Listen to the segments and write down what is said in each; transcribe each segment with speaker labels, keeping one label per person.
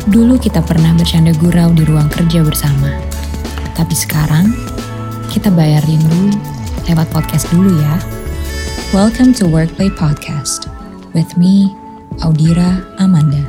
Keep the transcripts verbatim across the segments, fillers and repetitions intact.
Speaker 1: Dulu kita pernah bercanda gurau di ruang kerja bersama. Tapi sekarang, kita bayar rindu lewat podcast dulu ya. Welcome to Workplay Podcast. With me, Audira Amanda.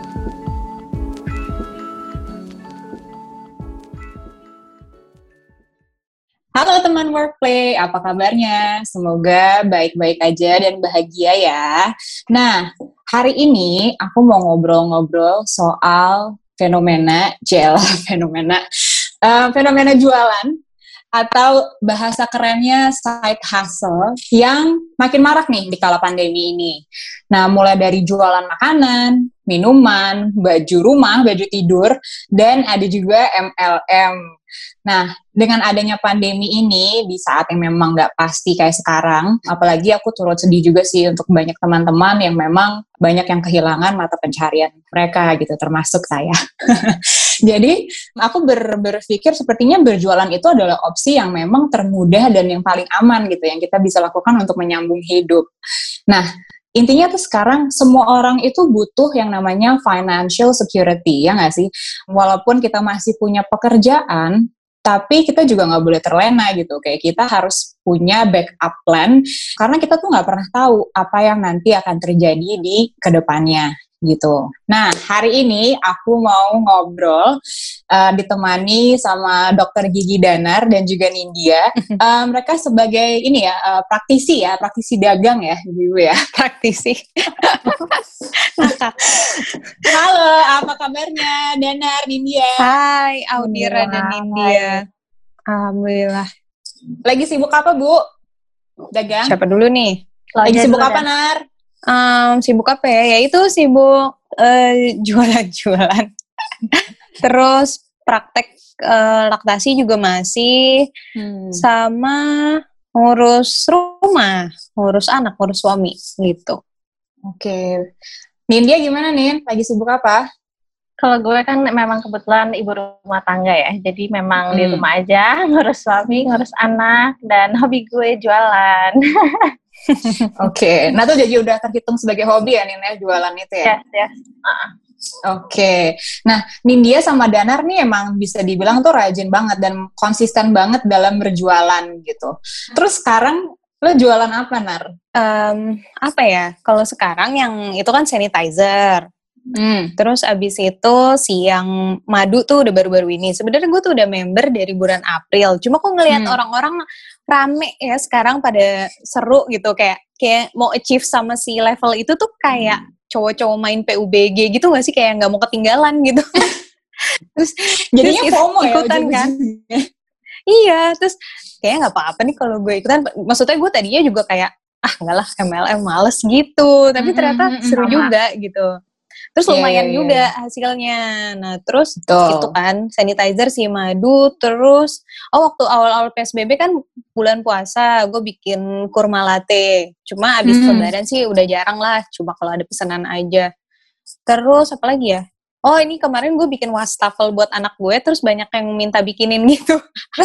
Speaker 2: Halo teman Workplay, apa kabarnya? Semoga baik-baik aja dan bahagia ya. Nah, hari ini aku mau ngobrol-ngobrol soal fenomena, jela fenomena, uh, fenomena jualan atau bahasa kerennya side hustle yang makin marak nih di kala pandemi ini. Nah, mulai dari jualan makanan, minuman, baju rumah, baju tidur, dan ada juga M L M. Nah, dengan adanya pandemi ini, di saat yang memang nggak pasti kayak sekarang, apalagi aku turut sedih juga sih untuk banyak teman-teman yang memang banyak yang kehilangan mata pencaharian mereka gitu, termasuk saya. Jadi, aku ber, berpikir sepertinya berjualan itu adalah opsi yang memang termudah dan yang paling aman gitu, yang kita bisa lakukan untuk menyambung hidup. Nah, intinya tuh sekarang semua orang itu butuh yang namanya financial security, ya nggak sih? Walaupun kita masih punya pekerjaan, tapi kita juga nggak boleh terlena gitu. Kayak kita harus punya backup plan, karena kita tuh nggak pernah tahu apa yang nanti akan terjadi di kedepannya gitu. Nah, hari ini aku mau ngobrol uh, ditemani sama Dokter Gigi Danar dan juga Nindya. Uh, mereka sebagai ini ya uh, praktisi ya, praktisi dagang ya, Ibu ya.
Speaker 1: Praktisi.
Speaker 2: Halo, apa kabarnya Danar, Nindya?
Speaker 1: Hai, Audira dan Nindya. Alhamdulillah.
Speaker 2: Lagi sibuk apa, Bu? Dagang?
Speaker 1: Siapa dulu nih?
Speaker 2: Lagi sibuk apa, Nar?
Speaker 1: Um, sibuk apa ya? Ya itu sibuk uh, jualan-jualan. Terus praktek uh, laktasi juga masih. Hmm. Sama ngurus rumah, ngurus anak, ngurus suami gitu.
Speaker 2: Oke. Nindya gimana, Nin? Lagi sibuk apa?
Speaker 3: Kalau gue kan memang kebetulan ibu rumah tangga ya. Jadi memang hmm. di rumah aja, ngurus suami, ngurus anak, dan hobi gue jualan.
Speaker 2: Oke, okay. Nah itu jadi udah terhitung sebagai hobi ya, Nin, ya, jualan itu ya?
Speaker 3: Yes, yes. Uh-uh.
Speaker 2: Oke, okay. Nah Nindya sama Danar nih emang bisa dibilang tuh rajin banget dan konsisten banget dalam berjualan gitu. Terus sekarang lo jualan apa, Nar?
Speaker 1: Um, apa ya, kalau sekarang yang itu kan sanitizer. Hmm. Terus abis itu si yang madu tuh udah baru-baru ini. Sebenarnya gue tuh udah member dari bulan April. Cuma kok ngelihat hmm. orang-orang rame ya sekarang pada seru gitu, kayak kayak mau achieve sama si level itu tuh kayak hmm. cowok-cowok main P U B G gitu nggak sih, kayak nggak mau ketinggalan gitu. Terus
Speaker 2: jadinya terus FOMO ya
Speaker 1: ikutan kan? Iya, terus kayaknya nggak apa-apa nih kalau gue ikutan. Maksudnya gue tadinya juga kayak ah nggak lah M L M males gitu, tapi ternyata mm-hmm, seru mm-hmm. juga gitu. Terus lumayan yeah, yeah, juga yeah. hasilnya. Nah terus Betul. Itu kan sanitizer si madu. Terus oh waktu awal-awal P S B B kan bulan puasa gue bikin kurma latte. Cuma abis hmm. lebaran sih udah jarang lah. Cuma kalau ada pesanan aja. Terus apa lagi ya? Oh ini kemarin gue bikin wastafel buat anak gue. Terus banyak yang minta bikinin gitu.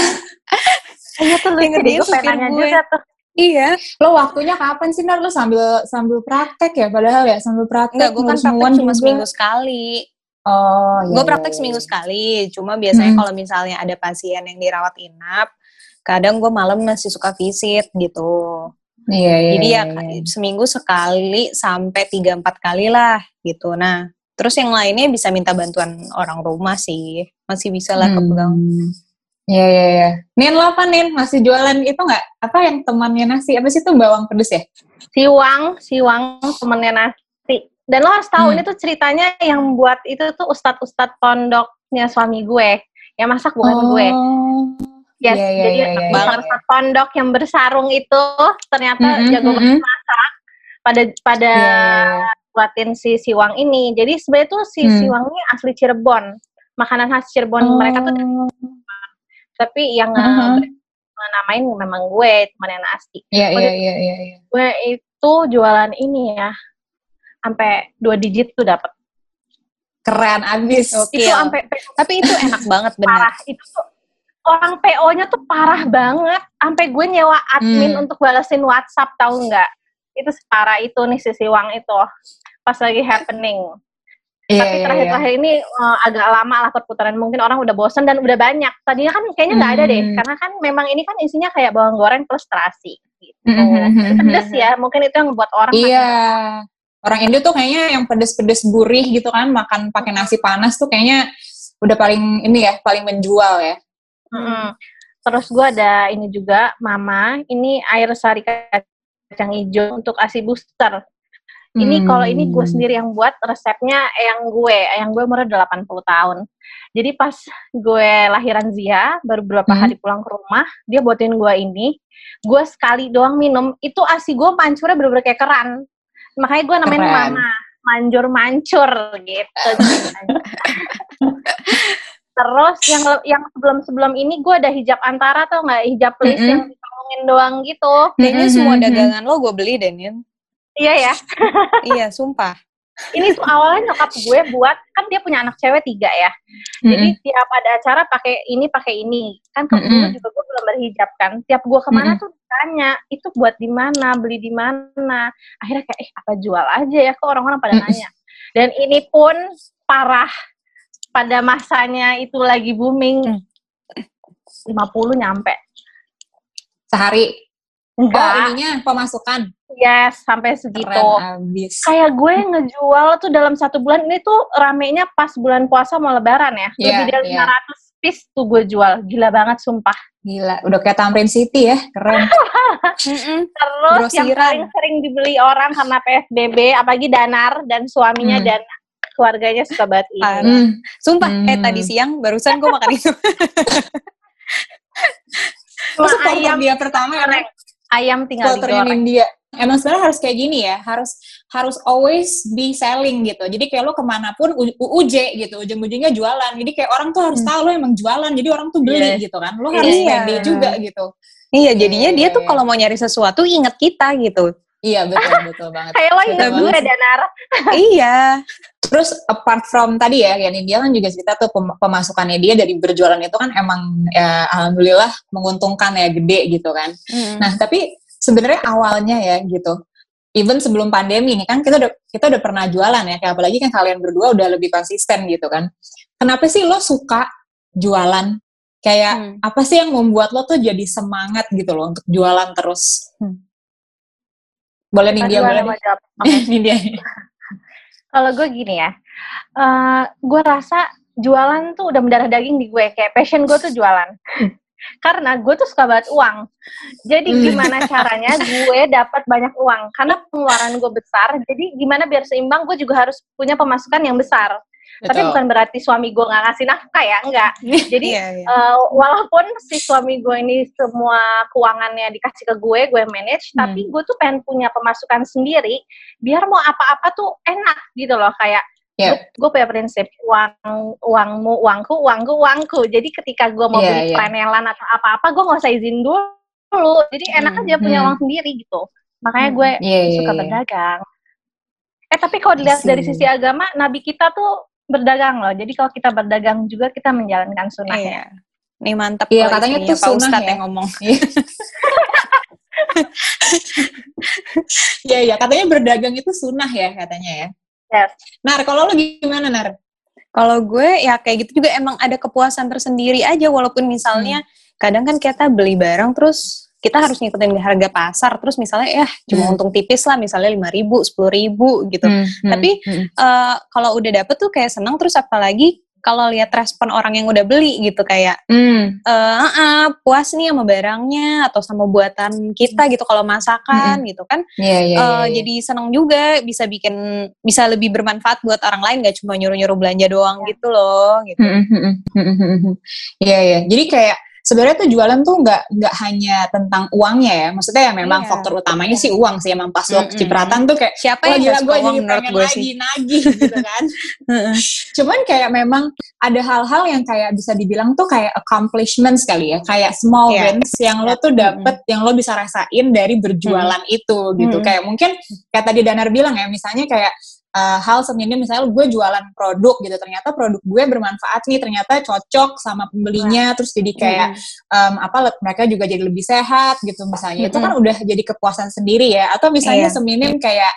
Speaker 3: Iya tuh lucu deh, gue pengen nanya juga tuh.
Speaker 1: Iya,
Speaker 2: lo waktunya kapan sih, Nar? Lo sambil sambil praktek ya, padahal ya sambil praktek.
Speaker 1: Enggak, gue kan praktek cuma juga. seminggu sekali.
Speaker 2: Oh, iya.
Speaker 1: Gue praktek
Speaker 2: iya,
Speaker 1: seminggu
Speaker 2: iya.
Speaker 1: sekali. Cuma biasanya hmm. kalau misalnya ada pasien yang dirawat inap, kadang gue malam masih suka visit gitu.
Speaker 2: Iya, iya.
Speaker 1: Jadi ya
Speaker 2: iya.
Speaker 1: seminggu sekali sampai tiga empat kali lah gitu. Nah, terus yang lainnya bisa minta bantuan orang rumah sih, masih bisa lah hmm. kepegang.
Speaker 2: Iya, iya, iya. Nin, lo apa, Nin? Masih jualan itu nggak? Apa yang temannya nasi? Apa sih itu, bawang pedes ya?
Speaker 3: Siwang, siwang temannya nasi. Dan lo harus tahu, hmm. ini tuh ceritanya yang buat itu tuh ustadz-ustadz pondoknya suami gue. Yang masak bukan
Speaker 2: oh.
Speaker 3: gue. Yes,
Speaker 2: yeah, yeah,
Speaker 3: jadi
Speaker 2: yeah, yeah,
Speaker 3: ustadz
Speaker 2: yeah.
Speaker 3: pondok yang bersarung itu ternyata
Speaker 2: mm-hmm,
Speaker 3: jago
Speaker 2: mm-hmm.
Speaker 3: masak. Pada pada yeah. buatin si siwang ini. Jadi sebenarnya tuh si hmm. siwang ini asli Cirebon. Makanan khas Cirebon oh. mereka tuh tapi yang uh-huh. namain memang gue temannya nasi.
Speaker 2: Iya iya iya iya.
Speaker 3: Gue itu jualan ini ya, sampai dua digit tuh dapat.
Speaker 2: Keren abis.
Speaker 3: Itu sampai.
Speaker 1: Tapi itu enak banget benar.
Speaker 3: Parah itu tuh orang P O-nya tuh parah banget. Sampai gue nyewa admin hmm. untuk balesin WhatsApp, tahu nggak? Itu separah itu nih si siwang itu pas lagi happening.
Speaker 2: Iya,
Speaker 3: Tapi
Speaker 2: iya,
Speaker 3: terakhir-terakhir
Speaker 2: iya.
Speaker 3: ini uh, agak lama lah perputaran. Mungkin orang udah bosan dan udah banyak. Tadinya kan kayaknya nggak ada deh.
Speaker 2: Hmm.
Speaker 3: Karena kan memang ini kan isinya kayak bawang goreng plus terasi gitu.
Speaker 2: Mhm,
Speaker 3: Dan pedes ya. Mungkin itu yang membuat orang
Speaker 2: Iya.
Speaker 3: makin
Speaker 2: Orang Indo tuh kayaknya yang pedes-pedes gurih gitu kan, makan pakai nasi panas tuh kayaknya udah paling ini ya, paling menjual ya.
Speaker 3: Mm-mm. Terus gue ada ini juga, Mama, ini air sari kacang hijau untuk A S I booster. Ini
Speaker 2: Hmm.
Speaker 3: kalau ini gue sendiri yang buat, resepnya eyang gue, eyang gue umurnya delapan puluh tahun. Jadi pas gue lahiran Zia, baru beberapa
Speaker 2: Hmm.
Speaker 3: hari pulang ke rumah, dia buatin gue ini, gue sekali doang minum, itu A S I gue mancurnya bener-bener kayak keran. Makanya gue namain
Speaker 2: Keren.
Speaker 3: Mama, manjur-mancur gitu. Terus yang yang sebelum-sebelum ini gue ada hijab antara, tau nggak, hijab lace
Speaker 2: Mm-mm.
Speaker 3: yang ditolongin doang gitu.
Speaker 1: Kayaknya
Speaker 2: Mhm,
Speaker 1: semua
Speaker 2: mhm.
Speaker 1: dagangan lo gue beli deh, Nin.
Speaker 3: Iya ya.
Speaker 1: Iya, sumpah.
Speaker 3: Ini tuh awalnya nyokap gue buat, kan dia punya anak cewek tiga ya. Jadi
Speaker 2: Mm-mm.
Speaker 3: tiap ada acara pakai ini pakai ini. Kan ke
Speaker 2: Mm-mm.
Speaker 3: dulu juga gue belum berhijab kan. Tiap gue kemana
Speaker 2: Mm-mm.
Speaker 3: tuh tanya, itu buat di mana, beli di mana. Akhirnya kayak eh apa jual aja ya, kok orang-orang pada
Speaker 2: Mm-mm.
Speaker 3: nanya. Dan ini pun parah. Pada masanya itu lagi booming.
Speaker 1: Hmm.
Speaker 3: lima puluh nyampe.
Speaker 2: Sehari.
Speaker 3: Enggak.
Speaker 2: Oh, ininya pemasukan.
Speaker 3: Yes, sampai segitu.
Speaker 2: Keren abis.
Speaker 3: Kayak gue ngejual tuh dalam satu bulan, ini tuh ramenya pas bulan puasa mau lebaran ya.
Speaker 2: Iya,
Speaker 3: Lebih dari
Speaker 2: iya.
Speaker 3: lima ratus piece tuh gue jual. Gila banget, sumpah.
Speaker 2: Gila, udah kayak Tamrin City ya, keren.
Speaker 3: Terus yang
Speaker 1: Grosiran.
Speaker 3: paling sering dibeli orang karena P S B B, apalagi Danar dan suaminya
Speaker 2: Hmm.
Speaker 3: dan keluarganya suka banget ini.
Speaker 1: Parah.
Speaker 2: Hmm.
Speaker 1: Sumpah,
Speaker 2: Hmm.
Speaker 1: kayak tadi siang barusan gue makan itu.
Speaker 3: Cuma
Speaker 2: Terus supporter
Speaker 3: ayam
Speaker 2: dia pertama ya,
Speaker 3: goreng. Ayam tinggal
Speaker 2: supporternya
Speaker 3: digoreng.
Speaker 2: India. Emang sebenarnya harus kayak gini ya, harus harus always be selling gitu. Jadi kayak lo kemanapun U- UUJ gitu, ujung-ujungnya jualan. Jadi kayak orang tuh harus
Speaker 1: Hmm.
Speaker 2: tahu lo emang jualan, jadi orang tuh beli
Speaker 3: Iya.
Speaker 2: gitu kan. Lo harus
Speaker 1: Iya.
Speaker 2: pede juga gitu.
Speaker 1: Iya, jadinya
Speaker 2: Iya,
Speaker 1: dia
Speaker 2: iya,
Speaker 1: tuh
Speaker 2: iya.
Speaker 1: kalau mau nyari sesuatu inget kita gitu.
Speaker 2: Iya betul betul banget.
Speaker 3: Kayak lo
Speaker 2: Betul
Speaker 3: inget gue,
Speaker 2: banget sih.
Speaker 3: Danar.
Speaker 1: Iya.
Speaker 2: Terus apart from tadi ya, yani dia kan juga cerita tuh pem- pemasukannya dia dari berjualan itu kan emang ya, alhamdulillah menguntungkan ya, gede gitu kan.
Speaker 1: Mm.
Speaker 2: Nah tapi sebenarnya awalnya ya gitu, even sebelum pandemi nih kan kita udah kita udah pernah jualan ya, kayak apalagi kan kalian berdua udah lebih konsisten gitu kan. Kenapa sih lo suka jualan? Kayak
Speaker 1: Hmm.
Speaker 2: apa sih yang membuat lo tuh jadi semangat gitu loh untuk jualan terus?
Speaker 1: Hmm.
Speaker 2: Boleh nih
Speaker 3: Kita
Speaker 2: dia
Speaker 3: jual
Speaker 2: boleh
Speaker 3: sama
Speaker 2: nih.
Speaker 3: jawab. Oke.
Speaker 2: Ini dia.
Speaker 3: Kalau gue gini ya, uh, gue rasa jualan tuh udah mendarah daging di gue. Kayak passion gue tuh jualan. Karena gue tuh suka banget uang. Jadi
Speaker 2: Hmm.
Speaker 3: gimana caranya gue dapat banyak uang? Karena pengeluaran gue besar, jadi gimana biar seimbang, gue juga harus punya pemasukan yang besar. Tapi
Speaker 2: Betul.
Speaker 3: bukan berarti suami gue nggak ngasih nafkah ya, enggak. Jadi
Speaker 1: Iya, iya.
Speaker 3: uh, walaupun si suami gue ini semua keuangannya dikasih ke gue, gue manage,
Speaker 2: Hmm.
Speaker 3: tapi gue tuh pengen punya pemasukan sendiri, biar mau apa-apa tuh enak gitu loh. Kayak
Speaker 2: Yeah.
Speaker 3: gue punya prinsip, uang uangmu uangku, uangku uangku. Jadi ketika gue mau
Speaker 2: Yeah,
Speaker 3: beli
Speaker 2: yeah.
Speaker 3: panelan atau apa-apa, gue nggak usah izin dulu. Jadi enak
Speaker 1: Hmm,
Speaker 3: aja punya
Speaker 2: hmm.
Speaker 3: uang sendiri gitu. Makanya
Speaker 1: Hmm.
Speaker 3: gue
Speaker 2: Iya, iya,
Speaker 3: suka
Speaker 2: iya.
Speaker 3: berdagang. Eh tapi kalau dilihat
Speaker 2: I see.
Speaker 3: dari sisi agama, Nabi kita tuh berdagang loh. Jadi kalau kita berdagang juga kita menjalankan sunnahnya.
Speaker 1: Iya. Nih mantap
Speaker 2: Iya,
Speaker 1: kalau
Speaker 2: katanya
Speaker 1: istrinya
Speaker 2: tuh
Speaker 1: Pak
Speaker 2: sunnah
Speaker 1: Ustadz
Speaker 2: ya.
Speaker 1: yang ngomong.
Speaker 2: Iya, iya. Katanya berdagang itu sunnah ya katanya ya.
Speaker 3: Yes.
Speaker 2: Nar, kalau lo gimana, Nar?
Speaker 1: Kalau gue ya kayak gitu juga emang ada kepuasan tersendiri aja, walaupun misalnya kadang kan kita beli barang terus kita harus ngikutin harga pasar, terus misalnya ya cuma
Speaker 2: Hmm.
Speaker 1: untung tipis lah, misalnya lima ribu, sepuluh ribu gitu.
Speaker 2: Hmm, hmm,
Speaker 1: Tapi
Speaker 2: hmm.
Speaker 1: eh, kalau udah dapet tuh kayak seneng, terus apalagi kalau lihat respon orang yang udah beli gitu, kayak
Speaker 2: Hmm.
Speaker 1: eh uh, puas nih sama barangnya atau sama buatan kita gitu, kalau masakan gitu kan.
Speaker 2: Iya, iya,
Speaker 1: Eh,
Speaker 2: iya, iya.
Speaker 1: Jadi seneng juga, bisa bikin, bisa lebih bermanfaat buat orang lain, gak cuma nyuruh-nyuruh belanja doang gitu loh gitu.
Speaker 2: Hmm, hmm, hmm, hmm, hmm, hmm. Iya, iya. Jadi kayak sebenarnya tuh jualan tuh nggak nggak hanya tentang uangnya ya. Maksudnya ya memang
Speaker 1: Iya.
Speaker 2: faktor utamanya sih uang sih. Emang pas lo
Speaker 1: Mm-mm.
Speaker 2: kecipratan tuh kayak,
Speaker 1: Siapa
Speaker 2: wah
Speaker 1: yang
Speaker 2: gila
Speaker 1: gak
Speaker 2: gue
Speaker 1: suka
Speaker 2: jadi
Speaker 1: uang menurut
Speaker 2: pengen
Speaker 1: gue
Speaker 2: lagi
Speaker 1: sih?
Speaker 2: nagih gitu kan. Cuman kayak memang ada hal-hal yang kayak bisa dibilang tuh kayak accomplishments kali ya. Kayak small
Speaker 1: Iya.
Speaker 2: wins yang lo tuh dapet, yang lo bisa rasain dari berjualan itu gitu.
Speaker 1: Mm-mm.
Speaker 2: Kayak mungkin kayak tadi Danar bilang ya, misalnya kayak Uh, hal seminim misalnya gue jualan produk gitu, ternyata produk gue bermanfaat nih, ternyata cocok sama pembelinya, terus jadi kayak um, apa mereka juga jadi lebih sehat gitu misalnya.
Speaker 1: Mm-mm.
Speaker 2: Itu kan udah jadi kepuasan sendiri ya. Atau misalnya
Speaker 1: Iya.
Speaker 2: seminim kayak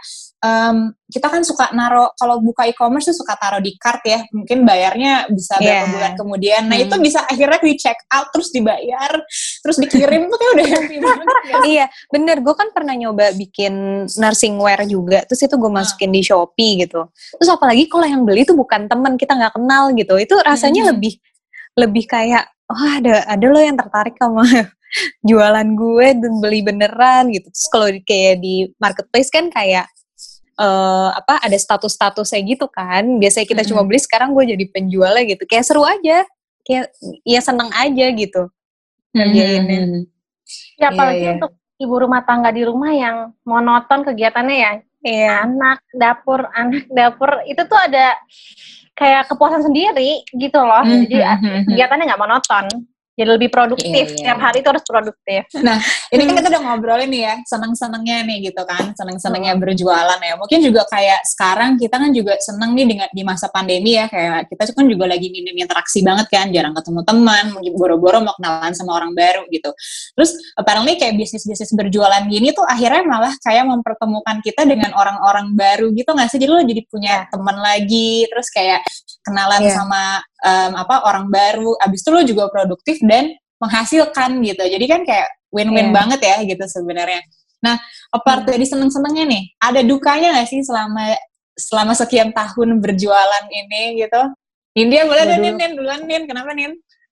Speaker 2: um, kita kan suka naro, kalau buka e-commerce tuh suka taruh di cart ya, mungkin bayarnya bisa berapa
Speaker 1: Yeah.
Speaker 2: bulan kemudian. Nah
Speaker 1: Hmm.
Speaker 2: itu bisa akhirnya di check out, terus dibayar, terus dikirim tuh kayak udah happy banget.
Speaker 1: Iya, bener. Gue kan pernah nyoba bikin nursing wear juga. Terus itu gue masukin di Shopee gitu. Terus apalagi kalau yang beli tuh bukan teman, kita nggak kenal gitu. Itu rasanya
Speaker 2: Mm-hmm.
Speaker 1: lebih lebih kayak, oh ada ada lo yang tertarik sama jualan gue dan beli beneran gitu. Terus kalau di, kayak di marketplace kan kayak uh, apa ada status-statusnya gitu kan. Biasanya kita
Speaker 2: Mm-hmm.
Speaker 1: cuma beli, sekarang gue jadi penjualnya gitu. Kayak seru aja. Kayak ya seneng aja gitu ngerjainnya.
Speaker 2: Mm-hmm.
Speaker 3: Ya apalagi
Speaker 2: Iya, iya.
Speaker 3: untuk ibu rumah tangga di rumah yang monoton kegiatannya ya.
Speaker 1: Iya.
Speaker 3: Anak dapur, anak dapur itu tuh ada kayak kepuasan sendiri gitu loh.
Speaker 2: Mm-hmm.
Speaker 3: Jadi kegiatannya nggak monoton. Jadi lebih produktif.
Speaker 2: Iya, iya,
Speaker 3: Setiap
Speaker 2: iya.
Speaker 3: hari itu harus produktif.
Speaker 2: Nah, ini kan kita udah ngobrolin nih ya, seneng-senengnya nih gitu kan, seneng-senengnya berjualan ya. Mungkin juga kayak sekarang kita kan juga seneng nih dengan di masa pandemi ya, kayak kita kan juga lagi minim interaksi banget kan, jarang ketemu teman, mungkin boro-boro mau kenalan sama orang baru gitu. Terus apparently kayak bisnis-bisnis berjualan gini tuh akhirnya malah kayak mempertemukan kita dengan orang-orang baru gitu nggak sih? Jadi lo jadi punya teman lagi, terus kayak kenalan
Speaker 1: Yeah.
Speaker 2: sama um, apa orang baru. Abis itu lo juga produktif dan menghasilkan gitu. Jadi kan kayak win-win
Speaker 1: Yeah.
Speaker 2: banget ya gitu sebenarnya. Nah, apart dari seneng-senengnya nih, ada dukanya nggak sih selama selama sekian tahun berjualan ini gitu? India boleh deh, Nin, Nin, duluan Nin. Kenapa Nin?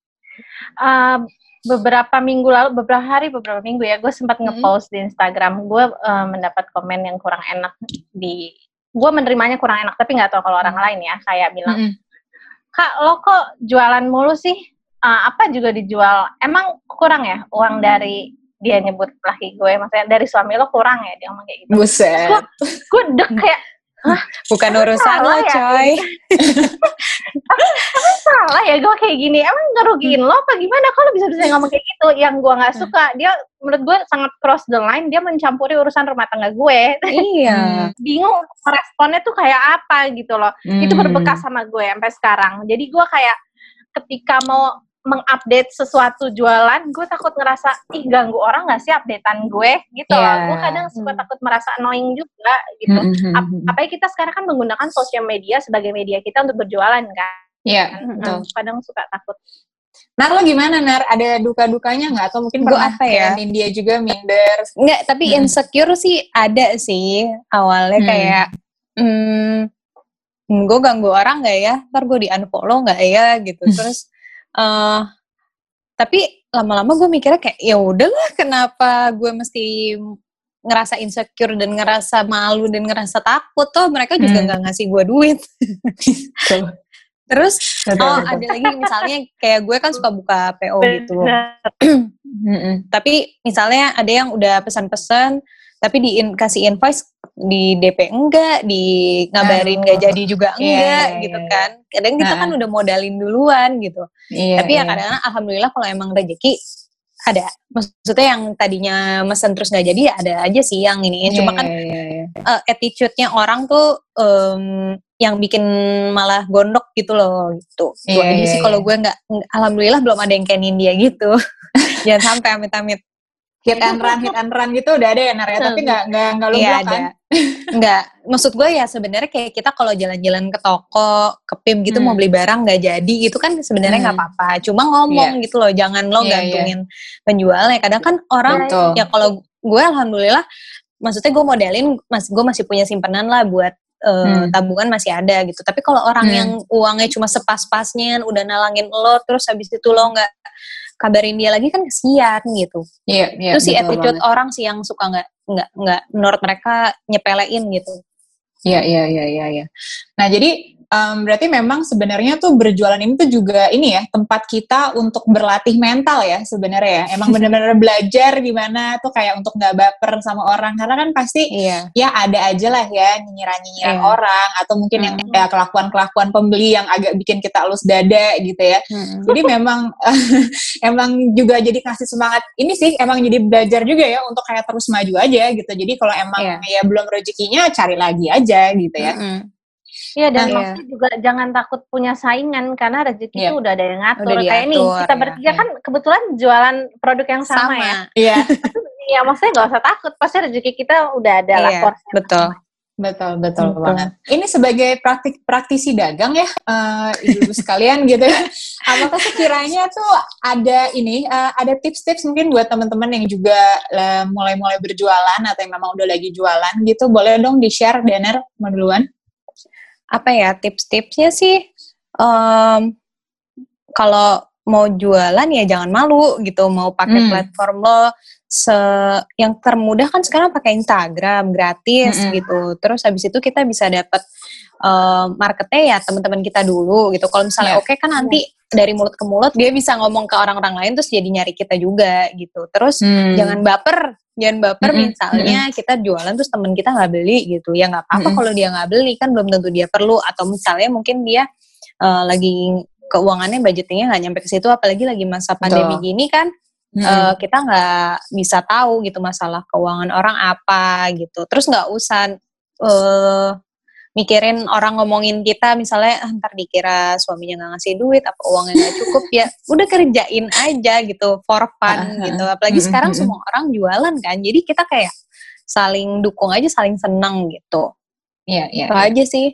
Speaker 3: Uh, beberapa minggu lalu, beberapa hari, beberapa minggu ya, gue sempat
Speaker 2: Mm-hmm.
Speaker 3: nge-post di Instagram. Gue uh, mendapat komen yang kurang enak di, gue menerimanya kurang enak, tapi nggak tahu kalau orang lain ya, kayak bilang,
Speaker 2: Mm-hmm.
Speaker 3: Kak, lo kok jualan mulu sih? Uh, apa juga dijual? Emang kurang ya uang dari, dia nyebut laki gue, maksudnya dari suami lo kurang ya? Dia ngomong kayak gitu.
Speaker 2: Buset.
Speaker 3: Gue, gue dek kayak, hah?
Speaker 1: Bukan urusan lo,
Speaker 3: ya?
Speaker 1: coy.
Speaker 3: Emang salah ya gue kayak gini? Emang ngerugiin lo apa gimana? Kalau bisa-bisa ngomong kayak gitu, yang gue nggak suka, dia menurut gue sangat cross the line, dia mencampuri urusan rumah tangga gue.
Speaker 1: Iya.
Speaker 3: Bingung responnya tuh kayak apa gitu loh.
Speaker 2: Hmm.
Speaker 3: Itu berbekas sama gue sampai sekarang. Jadi gue kayak ketika mau mengupdate sesuatu jualan, gue takut ngerasa, ih ganggu orang gak sih updatean gue gitu
Speaker 2: Yeah.
Speaker 3: loh. Gue kadang suka
Speaker 1: Hmm.
Speaker 3: takut merasa annoying juga gitu.
Speaker 2: Mm-hmm.
Speaker 3: Ap- apalagi kita sekarang kan menggunakan sosial media sebagai media kita untuk berjualan kan.
Speaker 2: Iya,
Speaker 3: Hmm,
Speaker 2: betul.
Speaker 3: kadang suka takut.
Speaker 2: Nar, lo gimana Nar? Ada duka-dukanya nggak? Atau mungkin
Speaker 1: Gua
Speaker 2: pernah
Speaker 1: apa ya?
Speaker 2: kayak India juga minder?
Speaker 1: Enggak, tapi
Speaker 2: Hmm.
Speaker 1: insecure sih ada sih. Awalnya
Speaker 2: Hmm.
Speaker 1: kayak, hmm, gue ganggu orang gak ya? Ntar gue di-unfollow gak ya? Gitu. Terus, eh tapi lama-lama gue mikirnya kayak, ya udahlah, kenapa gue mesti ngerasa insecure dan ngerasa malu dan ngerasa takut? Toh mereka juga
Speaker 2: Hmm.
Speaker 1: gak ngasih gue duit. Terus,
Speaker 2: Betul,
Speaker 1: oh
Speaker 2: betul.
Speaker 1: ada lagi misalnya kayak gue kan suka buka P O gitu.
Speaker 3: Bener.
Speaker 2: Mm-mm.
Speaker 1: Tapi misalnya ada yang udah pesan-pesan, tapi dikasih invoice di D P enggak, di ngabarin
Speaker 2: Aduh.
Speaker 1: nggak jadi juga
Speaker 2: Iya,
Speaker 1: enggak
Speaker 2: iya,
Speaker 1: gitu
Speaker 2: iya.
Speaker 1: kan. Kadang kita kan
Speaker 2: Nah.
Speaker 1: udah modalin duluan gitu.
Speaker 2: Iya,
Speaker 1: Tapi ya
Speaker 2: iya.
Speaker 1: kadang-kadang alhamdulillah kalau emang rezeki ada. Maksudnya yang tadinya mesen terus nggak jadi ya ada aja sih yang iniin.
Speaker 2: Iya,
Speaker 1: Cuma kan
Speaker 2: iya, iya, iya.
Speaker 1: uh, attitude-nya orang tuh um, yang bikin malah gondok gitu loh gitu.
Speaker 2: Iya,
Speaker 1: Gua aja
Speaker 2: iya,
Speaker 1: sih kalau
Speaker 2: iya.
Speaker 1: gue nggak, alhamdulillah belum ada yang kayak India gitu. Jangan sampai amit-amit.
Speaker 2: Hit and run, hit and run gitu udah ada ya Nar ya, tapi nggak nggak nggak lo
Speaker 1: Iya
Speaker 2: blok
Speaker 1: ada.
Speaker 2: kan?
Speaker 1: Enggak, maksud gue ya sebenarnya kayak kita kalau jalan-jalan ke toko, ke P I M gitu
Speaker 2: Hmm.
Speaker 1: mau beli barang nggak jadi, itu kan sebenarnya nggak
Speaker 2: Hmm.
Speaker 1: apa-apa. Cuma ngomong
Speaker 2: Iya.
Speaker 1: gitu loh, jangan lo
Speaker 2: Iya,
Speaker 1: gantungin penjualnya. Kadang kan orang
Speaker 2: Betul.
Speaker 1: ya kalau gue alhamdulillah, maksudnya gue modelin, mas gue masih punya simpanan lah buat uh,
Speaker 2: Hmm.
Speaker 1: tabungan masih ada gitu. Tapi kalau orang
Speaker 2: Hmm.
Speaker 1: yang uangnya cuma sepas-pasnya, udah nalangin lo, terus habis itu lo nggak kabarin dia lagi kan kesian gitu.
Speaker 2: Iya, iya.
Speaker 1: Itu sih
Speaker 2: betul
Speaker 1: attitude
Speaker 2: banget.
Speaker 1: orang sih yang suka nggak nggak nggak menurut mereka nyepelein gitu.
Speaker 2: Iya, iya, iya, iya, iya. Nah, jadi um, berarti memang sebenarnya tuh berjualan ini tuh juga ini ya, tempat kita untuk berlatih mental ya sebenarnya ya. Emang benar-benar belajar gimana tuh kayak untuk nggak baper sama orang. Karena kan pasti
Speaker 1: Iya.
Speaker 2: ya ada aja lah ya nyinyiran-nyinyiran
Speaker 1: Iya.
Speaker 2: orang. Atau mungkin yang
Speaker 1: Mm-mm.
Speaker 2: ya kelakuan-kelakuan pembeli yang agak bikin kita elus dada gitu ya.
Speaker 1: Mm-mm.
Speaker 2: Jadi memang emang juga jadi kasih semangat ini sih, emang jadi belajar juga ya untuk kayak terus maju aja gitu. Jadi kalau emang
Speaker 1: Iya.
Speaker 2: ya belum rezekinya cari lagi aja gitu ya.
Speaker 1: Mm-mm.
Speaker 3: Iya, dan
Speaker 1: Nah,
Speaker 3: maksudnya juga jangan takut punya saingan karena rezeki
Speaker 2: Iya.
Speaker 3: itu udah ada yang ngatur.
Speaker 1: Udah
Speaker 3: Kayak nih,
Speaker 1: diatur,
Speaker 3: kita
Speaker 1: ya.
Speaker 3: bertiga
Speaker 2: Iya.
Speaker 3: kan kebetulan jualan produk yang sama,
Speaker 1: Sama.
Speaker 3: ya.
Speaker 2: Iya.
Speaker 3: Iya, maksudnya nggak usah takut, pasti rezeki kita udah ada lah
Speaker 1: Iya,
Speaker 3: porsinya.
Speaker 1: betul.
Speaker 2: Betul, betul, betul banget. Ini sebagai praktik praktisi dagang ya, uh, ibu sekalian gitu ya. Apakah sekiranya tuh ada ini, uh, ada tips-tips mungkin buat teman-teman yang juga uh, mulai-mulai berjualan atau yang memang udah lagi jualan gitu, boleh dong di-share, Daner, mau duluan?
Speaker 1: Apa ya tips-tipsnya sih? Um, kalau mau jualan ya jangan malu gitu, mau pakai hmm. platform lo se yang termudah kan sekarang pakai Instagram gratis mm-hmm. gitu. Terus habis itu kita bisa dapat uh, marketnya ya teman-teman kita dulu gitu. Kalau misalnya yeah. oke okay, kan nanti yeah. dari mulut ke mulut dia bisa ngomong ke orang-orang lain terus jadi nyari kita juga gitu. Terus mm. jangan baper, jangan baper mm-hmm. misalnya mm-hmm. kita jualan terus teman kita nggak beli gitu. Ya nggak apa-apa mm-hmm. kalau dia nggak beli kan belum tentu dia perlu, atau misalnya mungkin dia uh, lagi keuangannya budgetingnya nggak nyampe ke situ, apalagi lagi masa pandemi Betul. Gini kan. Hmm. Uh, kita nggak bisa tahu gitu masalah keuangan orang apa gitu. Terus nggak usah uh, mikirin orang ngomongin kita misalnya ah, ntar dikira suaminya nggak ngasih duit apa uangnya nggak cukup ya udah kerjain aja gitu for fun gitu. Apalagi sekarang semua orang jualan kan, jadi kita kayak saling dukung aja, saling senang gitu.
Speaker 2: Iya iya.
Speaker 1: Itu ya. Aja sih.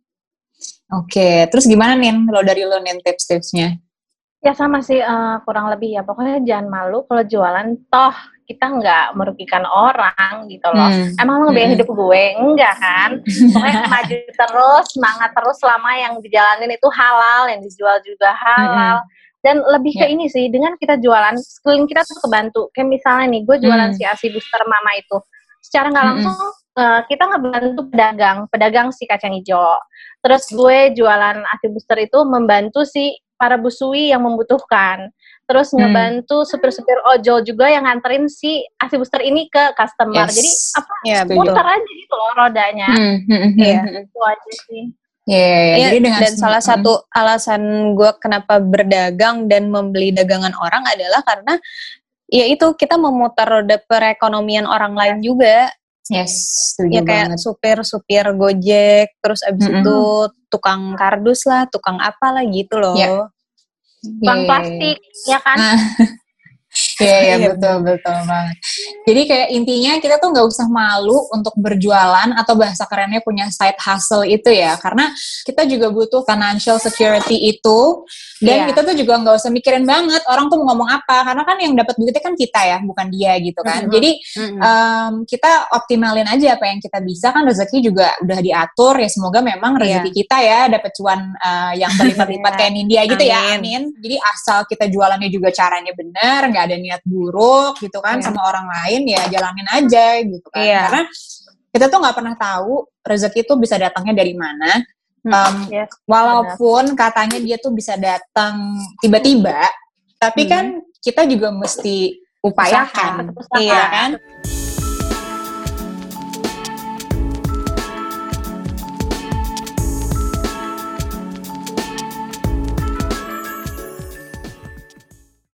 Speaker 2: Oke, terus gimana nih lo dari lo nih tips-tipsnya?
Speaker 3: Ya sama sih uh, kurang lebih ya, pokoknya jangan malu kalau jualan, toh kita nggak merugikan orang gitu loh. Hmm. Emang lo biaya hmm. hidup gue? Enggak kan? Pokoknya maju terus, semangat terus selama yang dijalanin itu halal, yang dijual juga halal. Hmm. Dan lebih ke yeah. ini sih, dengan kita jualan, sekeliling kita tuh kebantu. Kayak misalnya nih, gue jualan hmm. si ASI Booster Mama itu. Secara nggak langsung hmm. uh, kita ngebantu pedagang, pedagang si kacang hijau. Terus gue jualan ASI Booster itu membantu si para busui yang membutuhkan. Terus hmm. ngebantu supir-supir ojol juga yang nganterin si ASI Booster ini ke customer. Yes. Jadi apa? Ya, muter aja gitu loh rodanya.
Speaker 2: Hmm. Hmm.
Speaker 3: Iya,
Speaker 2: hmm.
Speaker 3: itu aja sih.
Speaker 2: Yeah, yeah, yeah. Jadi dengan
Speaker 1: dan salah satu alasan gue kenapa berdagang dan membeli dagangan orang adalah karena ya itu kita memutar roda perekonomian orang lain juga.
Speaker 2: Yes, setuju
Speaker 1: ya kayak
Speaker 2: banget.
Speaker 1: supir-supir Gojek, terus abis mm-hmm. itu tukang kardus lah, tukang apa lah gitu loh.
Speaker 2: Yeah.
Speaker 3: Tukang yeah. plastik, ya kan?
Speaker 2: Iya, yeah, yeah, betul, betul banget. Jadi kayak intinya kita tuh gak usah malu untuk berjualan atau bahasa kerennya punya side hustle itu ya. Karena kita juga butuh financial security itu. Dan yeah. kita tuh juga gak usah mikirin banget orang tuh mau ngomong apa. Karena kan yang dapat duitnya kan kita ya, bukan dia gitu kan. Mm-hmm. Jadi mm-hmm. Um, kita optimalin aja apa yang kita bisa. Kan rezeki juga udah diatur ya. Semoga memang rezeki yeah. kita ya dapat cuan uh, yang berlipat-lipat kayak Nindya gitu amin. Ya. Amin. Jadi asal kita jualannya juga caranya benar, gak ada niat buruk gitu kan yeah. sama orang lain, ya jalanin aja gitu kan. Yeah. Karena kita tuh nggak pernah tahu rezeki tuh bisa datangnya dari mana. Um, yes, walaupun benar. Katanya dia tuh bisa datang tiba-tiba, tapi hmm. kan kita juga mesti upayakan,
Speaker 3: iya kan.